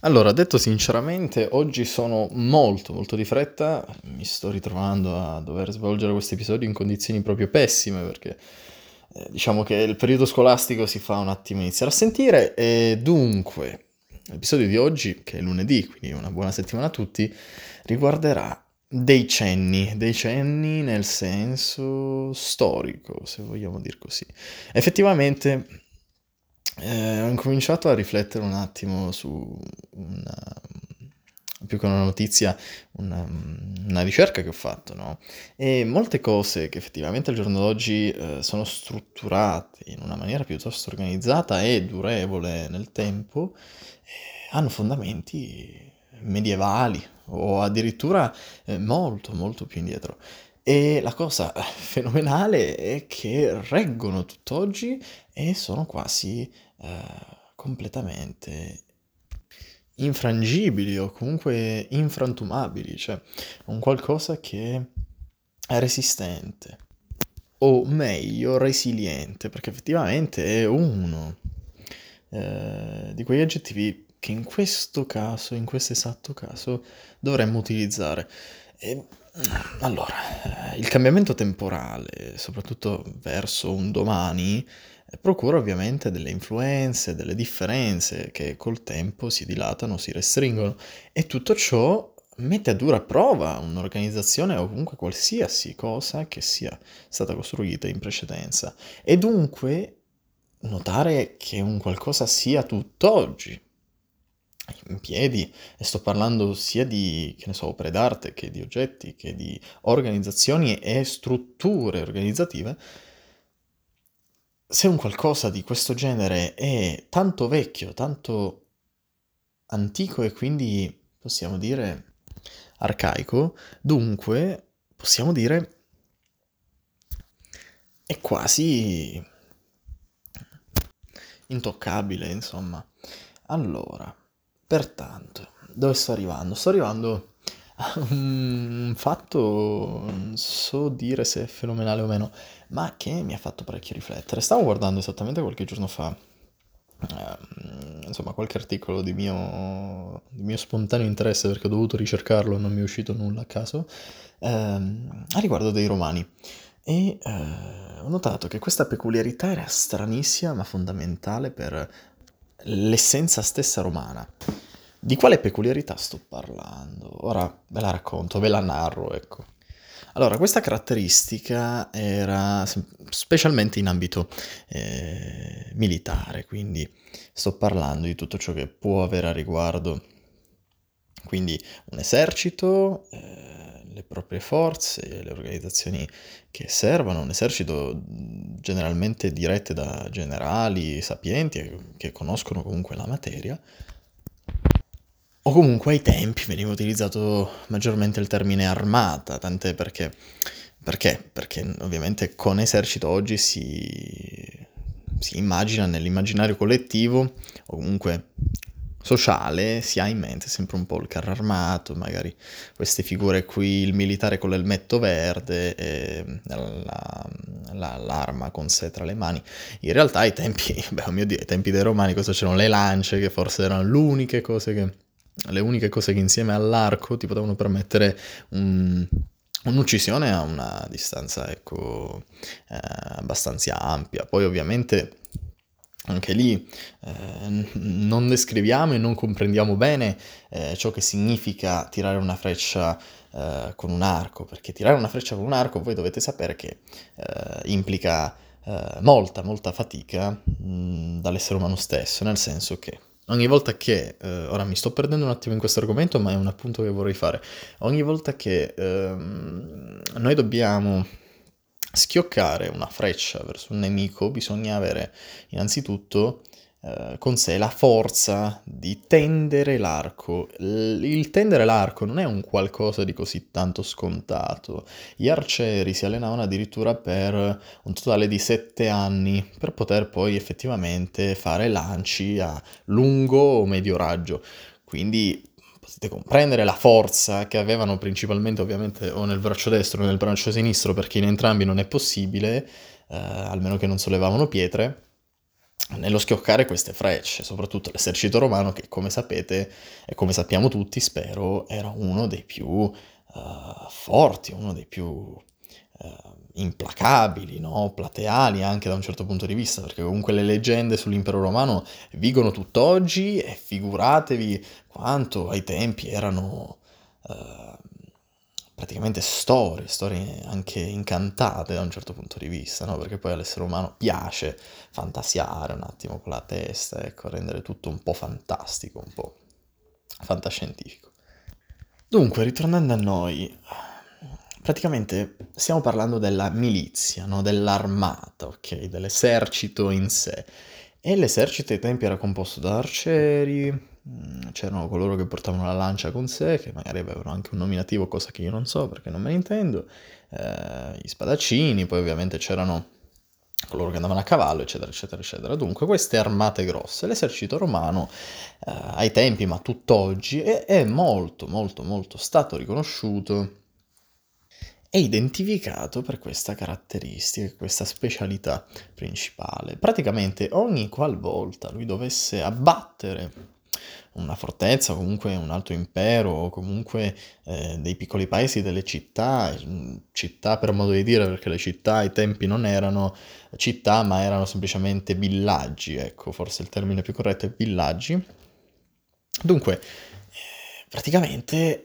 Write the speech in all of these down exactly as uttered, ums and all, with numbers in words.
Allora, detto sinceramente, oggi sono molto, molto di fretta. Mi sto ritrovando a dover svolgere questo episodio in condizioni proprio pessime perché eh, diciamo che il periodo scolastico si fa un attimo iniziare a sentire e dunque l'episodio di oggi, che è lunedì, quindi una buona settimana a tutti, riguarderà dei cenni, dei cenni nel senso storico, se vogliamo dir così. Effettivamente eh, ho incominciato a riflettere un attimo su una, più che una notizia, una, una ricerca che ho fatto, no? E molte cose che effettivamente al giorno d'oggi eh, sono strutturate in una maniera piuttosto organizzata e durevole nel tempo, eh, hanno fondamenti medievali o addirittura eh, molto, molto più indietro. E la cosa fenomenale è che reggono tutt'oggi e sono quasi eh, completamente infrangibili o comunque infrantumabili, cioè un qualcosa che è resistente o meglio resiliente, perché effettivamente è uno eh, di quegli aggettivi che in questo caso, in questo esatto caso, dovremmo utilizzare. E, allora, eh, il cambiamento temporale, soprattutto verso un domani, eh, procura ovviamente delle influenze, delle differenze che col tempo si dilatano, si restringono e tutto ciò mette a dura prova un'organizzazione o comunque qualsiasi cosa che sia stata costruita in precedenza. E dunque notare che un qualcosa sia tutt'oggi in piedi, e sto parlando sia di, che ne so, opere d'arte, che di oggetti, che di organizzazioni e strutture organizzative, se un qualcosa di questo genere è tanto vecchio, tanto antico e quindi possiamo dire arcaico, dunque possiamo dire è quasi intoccabile, insomma. Allora, pertanto, dove sto arrivando? Sto arrivando a un fatto, non so dire se è fenomenale o meno, ma che mi ha fatto parecchio riflettere. Stavo guardando esattamente qualche giorno fa, ehm, insomma, qualche articolo di mio, di mio spontaneo interesse perché ho dovuto ricercarlo, non mi è uscito nulla a caso, ehm, a riguardo dei romani. E eh, ho notato che questa peculiarità era stranissima ma fondamentale per l'essenza stessa romana. Di quale peculiarità sto parlando? Ora ve la racconto, ve la narro, ecco. Allora, questa caratteristica era sem- specialmente in ambito eh, militare, quindi sto parlando di tutto ciò che può avere a riguardo, quindi un esercito, eh, le proprie forze, le organizzazioni che servono, un esercito mh, generalmente dirette da generali sapienti e che conoscono comunque la materia, o comunque ai tempi veniva utilizzato maggiormente il termine armata, tant'è perché, perché? Perché ovviamente con esercito oggi si, si immagina nell'immaginario collettivo o comunque sociale, si ha in mente sempre un po' il carro armato, magari queste figure qui, il militare con l'elmetto verde e la- la- l'arma con sé tra le mani. In realtà ai tempi, beh, oh mio Dio, ai tempi dei romani cosa c'erano? Le lance, che forse erano le uniche cose che, le uniche cose che insieme all'arco ti potevano permettere un- un'uccisione a una distanza, ecco, eh, abbastanza ampia. Poi ovviamente anche lì eh, n- non descriviamo e non comprendiamo bene eh, ciò che significa tirare una freccia eh, con un arco, perché tirare una freccia con un arco voi dovete sapere che eh, implica eh, molta, molta fatica mh, dall'essere umano stesso, nel senso che ogni volta che, eh, ora mi sto perdendo un attimo in questo argomento, ma è un appunto che vorrei fare, ogni volta che ehm, noi dobbiamo schioccare una freccia verso un nemico, bisogna avere innanzitutto eh, con sé la forza di tendere l'arco. L- il tendere l'arco non è un qualcosa di così tanto scontato. Gli arcieri si allenavano addirittura per un totale di sette anni per poter poi effettivamente fare lanci a lungo o medio raggio. Quindi potete comprendere la forza che avevano principalmente ovviamente o nel braccio destro o nel braccio sinistro, perché in entrambi non è possibile, eh, almeno che non sollevavano pietre, nello schioccare queste frecce, soprattutto l'esercito romano che, come sapete e come sappiamo tutti, spero, era uno dei più uh, forti, uno dei più uh, implacabili, no? Plateali anche da un certo punto di vista, perché comunque le leggende sull'impero romano vigono tutt'oggi e figuratevi quanto ai tempi erano uh, praticamente storie, storie anche incantate da un certo punto di vista, no? Perché poi all'essere umano piace fantasiare un attimo con la testa, ecco, rendere tutto un po' fantastico, un po' fantascientifico. Dunque, ritornando a noi, praticamente stiamo parlando della milizia, no? Dell'armata, ok? Dell'esercito in sé. E l'esercito ai tempi era composto da arcieri, mm, c'erano coloro che portavano la lancia con sé, che magari avevano anche un nominativo, cosa che io non so perché non me ne intendo, eh, gli spadaccini, poi ovviamente c'erano coloro che andavano a cavallo, eccetera, eccetera, eccetera. Dunque, queste armate grosse, l'esercito romano eh, ai tempi, ma tutt'oggi, è, è molto, molto, molto stato riconosciuto e identificato per questa caratteristica, questa specialità principale. Praticamente ogni qualvolta lui dovesse abbattere una fortezza, o comunque un altro impero, o comunque eh, dei piccoli paesi, delle città, mm, città per modo di dire, perché le città ai tempi non erano città, ma erano semplicemente villaggi, ecco, forse il termine più corretto è villaggi. Dunque, eh, praticamente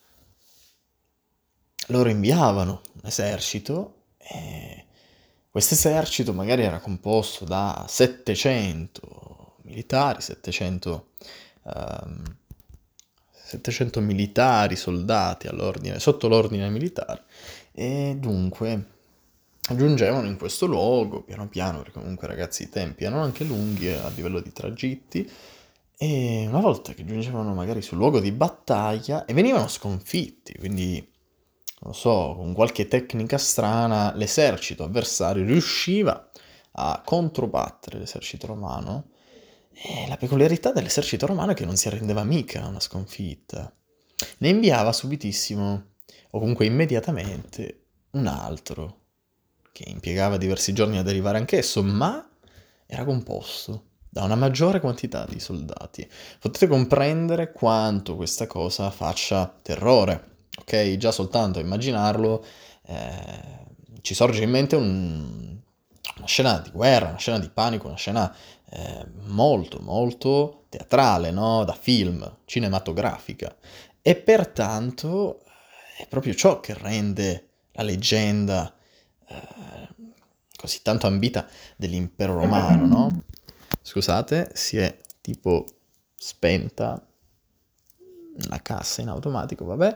loro inviavano un esercito e questo esercito magari era composto da settecento militari, settecento, ehm, settecento militari, soldati all'ordine, sotto l'ordine militare e dunque giungevano in questo luogo piano piano, perché comunque ragazzi i tempi erano anche lunghi a livello di tragitti e una volta che giungevano magari sul luogo di battaglia e venivano sconfitti, quindi non lo so, con qualche tecnica strana l'esercito avversario riusciva a controbattere l'esercito romano e la peculiarità dell'esercito romano è che non si arrendeva mica a una sconfitta. Ne inviava subitissimo, o comunque immediatamente, un altro, che impiegava diversi giorni ad arrivare anch'esso, ma era composto da una maggiore quantità di soldati. Potete comprendere quanto questa cosa faccia terrore, ok? Già soltanto a immaginarlo eh, ci sorge in mente un- una scena di guerra, una scena di panico, una scena eh, molto, molto teatrale, no? Da film, cinematografica. E pertanto è proprio ciò che rende la leggenda eh, così tanto ambita dell'impero romano, no? Scusate, si è tipo spenta la cassa in automatico, vabbè.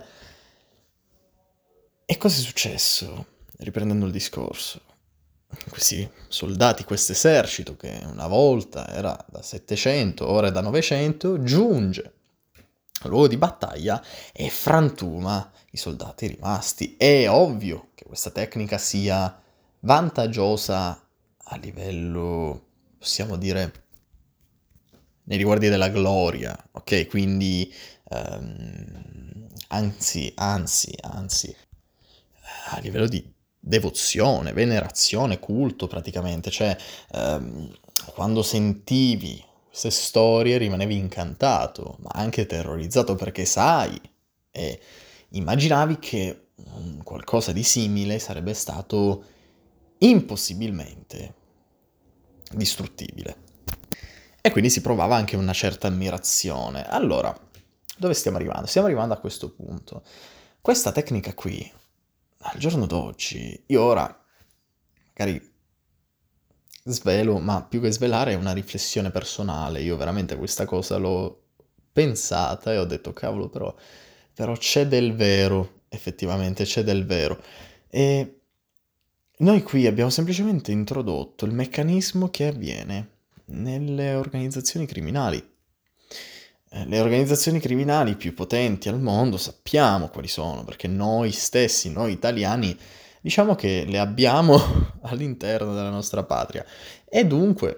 E cosa è successo? Riprendendo il discorso. Questi soldati, questo esercito che una volta era da settecento, ora è da novecento, giunge al luogo di battaglia e frantuma i soldati rimasti. È ovvio che questa tecnica sia vantaggiosa a livello, possiamo dire, nei riguardi della gloria, ok? Quindi, ehm, anzi, anzi, anzi, a livello di devozione, venerazione, culto praticamente, cioè ehm, quando sentivi queste storie rimanevi incantato, ma anche terrorizzato perché sai e immaginavi che un qualcosa di simile sarebbe stato impossibilmente distruttibile. E quindi si provava anche una certa ammirazione. Allora, dove stiamo arrivando? Stiamo arrivando a questo punto. Questa tecnica qui, al giorno d'oggi, io ora magari svelo, ma più che svelare è una riflessione personale. Io veramente questa cosa l'ho pensata e ho detto, cavolo, però, però c'è del vero, effettivamente c'è del vero. E noi qui abbiamo semplicemente introdotto il meccanismo che avviene nelle organizzazioni criminali. Eh, Le organizzazioni criminali più potenti al mondo sappiamo quali sono, perché noi stessi, noi italiani, diciamo che le abbiamo all'interno della nostra patria. E dunque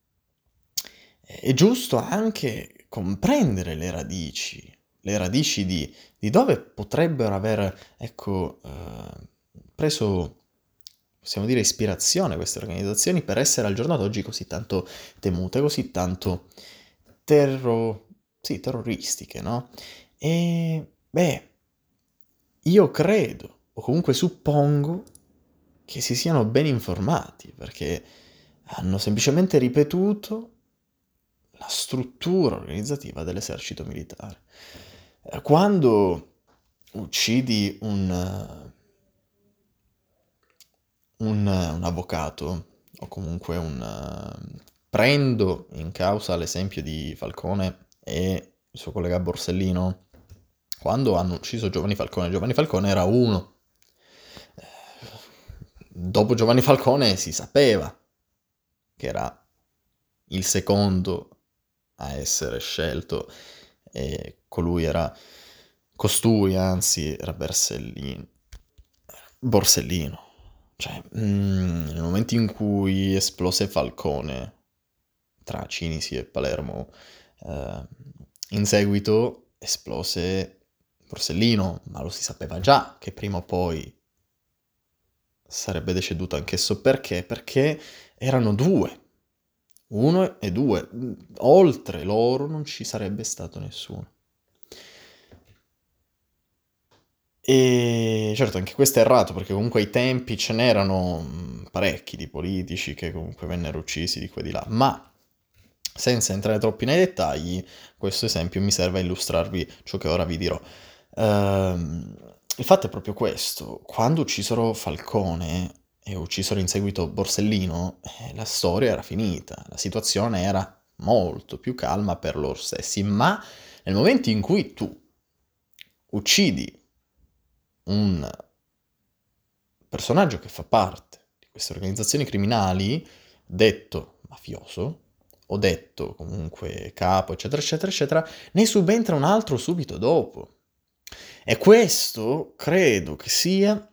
è giusto anche comprendere le radici, le radici di, di dove potrebbero aver, ecco, eh, preso possiamo dire, ispirazione a queste organizzazioni per essere al giorno d'oggi così tanto temute, così tanto terro... sì, terroristiche, no? E, beh, io credo, o comunque suppongo, che si siano ben informati, perché hanno semplicemente ripetuto la struttura organizzativa dell'esercito militare. Eh, Quando uccidi un, eh, un, eh, un avvocato, o comunque un... eh, prendo in causa l'esempio di Falcone e il suo collega Borsellino, quando hanno ucciso Giovanni Falcone, Giovanni Falcone era uno. Eh, Dopo Giovanni Falcone si sapeva che era il secondo a essere scelto e colui era costui, anzi, era Bersellino. Borsellino. Cioè, mm, nel momento in cui esplose Falcone tra Cinisi e Palermo, eh, in seguito esplose Borsellino, ma lo si sapeva già che prima o poi sarebbe deceduto anch'esso. Perché? Perché erano due. Uno e due. Oltre loro non ci sarebbe stato nessuno. E certo, anche questo è errato, perché comunque ai tempi ce n'erano mh, parecchi di politici che comunque vennero uccisi di qua e di là, ma senza entrare troppi nei dettagli, questo esempio mi serve a illustrarvi ciò che ora vi dirò. Ehm, il fatto è proprio questo: quando uccisero Falcone e uccisero in seguito Borsellino, eh, la storia era finita, la situazione era molto più calma per loro stessi, ma nel momento in cui tu uccidi un personaggio che fa parte di queste organizzazioni criminali, detto mafioso, o detto comunque capo, eccetera, eccetera, eccetera, ne subentra un altro subito dopo. E questo credo che sia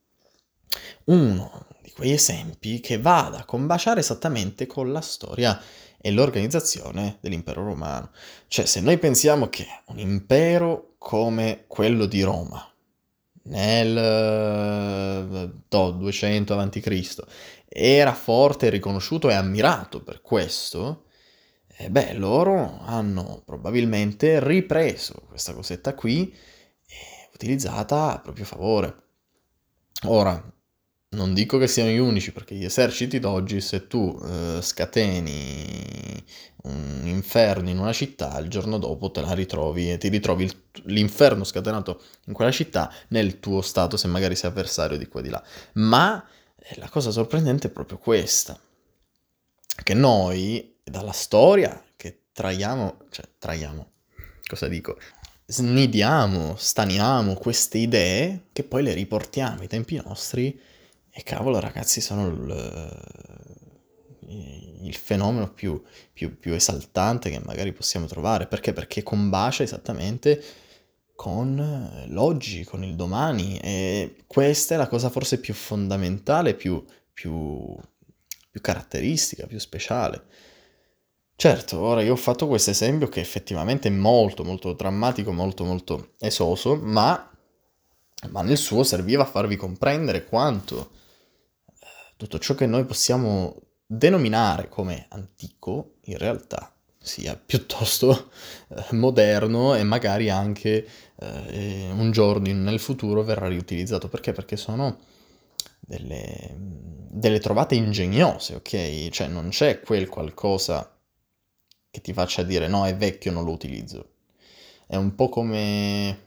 uno di quegli esempi che vada a combaciare esattamente con la storia e l'organizzazione dell'impero romano. Cioè, se noi pensiamo che un impero come quello di Roma, nel eh, do, duecento avanti Cristo era forte, riconosciuto e ammirato per questo, e beh, loro hanno probabilmente ripreso questa cosetta qui e utilizzata a proprio favore. Ora, non dico che siano gli unici, perché gli eserciti d'oggi, se tu eh, scateni un inferno in una città, il giorno dopo te la ritrovi e ti ritrovi il- l'inferno scatenato in quella città nel tuo stato, se magari sei avversario di qua e di là. Ma eh, la cosa sorprendente è proprio questa, che noi, dalla storia che traiamo, cioè traiamo, cosa dico? Snidiamo, staniamo queste idee che poi le riportiamo ai tempi nostri e cavolo ragazzi sono il, il fenomeno più, più, più esaltante che magari possiamo trovare. Perché? Perché combacia esattamente con l'oggi, con il domani, e questa è la cosa forse più fondamentale, più, più, più caratteristica, più speciale. Certo, ora io ho fatto questo esempio che effettivamente è molto molto drammatico, molto molto esoso, ma, ma nel suo serviva a farvi comprendere quanto eh, tutto ciò che noi possiamo denominare come antico in realtà sia piuttosto eh, moderno e magari anche eh, un giorno in- nel futuro verrà riutilizzato. Perché? Perché sono delle, delle trovate ingegnose, ok? Cioè non c'è quel qualcosa che ti faccia dire no, è vecchio, non lo utilizzo. È un po' come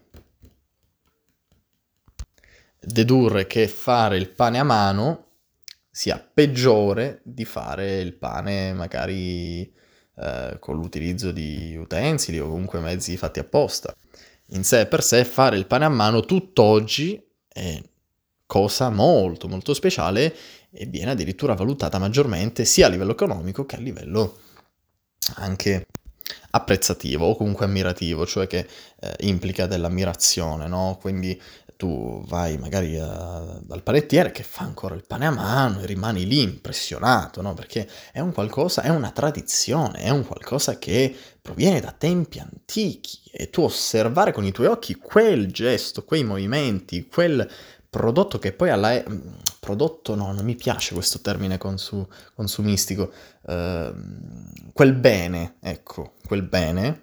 dedurre che fare il pane a mano sia peggiore di fare il pane magari eh, con l'utilizzo di utensili o comunque mezzi fatti apposta. In sé e per sé fare il pane a mano tutt'oggi è cosa molto molto speciale e viene addirittura valutata maggiormente sia a livello economico che a livello anche apprezzativo o comunque ammirativo, cioè che eh, implica dell'ammirazione, no? Quindi tu vai magari a- dal panettiere che fa ancora il pane a mano e rimani lì impressionato, no? Perché è un qualcosa, è una tradizione, è un qualcosa che proviene da tempi antichi e tu osservare con i tuoi occhi quel gesto, quei movimenti, quel prodotto che poi alla- prodotto no, non mi piace questo termine consu- consumistico, ehm, quel bene, ecco, quel bene,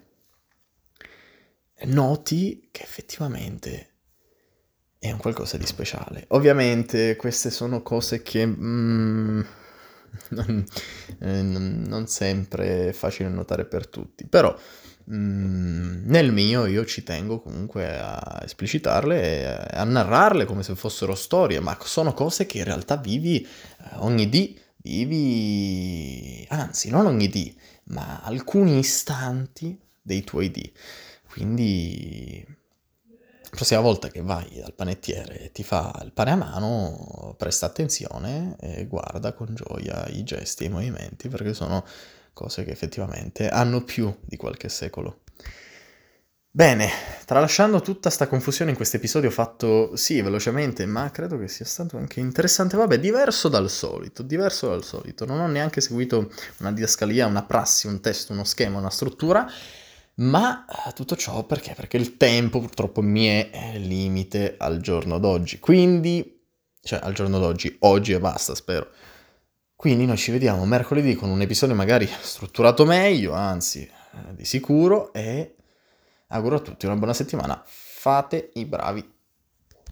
noti che effettivamente è un qualcosa di speciale. Ovviamente queste sono cose che mm, non, eh, non- non sempre è facile notare per tutti, però mm, nel mio io ci tengo comunque a esplicitarle e a narrarle come se fossero storie, ma sono cose che in realtà vivi eh, ogni dì, vivi, anzi non ogni dì, ma alcuni istanti dei tuoi dì. Quindi la prossima volta che vai dal panettiere e ti fa il pane a mano, presta attenzione e guarda con gioia i gesti e i movimenti, perché sono cose che effettivamente hanno più di qualche secolo. Bene, tralasciando tutta sta confusione in questo episodio fatto, sì, velocemente, ma credo che sia stato anche interessante, vabbè, diverso dal solito, diverso dal solito, non ho neanche seguito una didascalia, una prassi, un testo, uno schema, una struttura, ma eh, tutto ciò perché? Perché il tempo purtroppo mi è eh, limite al giorno d'oggi, quindi, cioè al giorno d'oggi, oggi e basta, spero. Quindi noi ci vediamo mercoledì con un episodio magari strutturato meglio, anzi, eh, di sicuro, e auguro a tutti una buona settimana. Fate i bravi.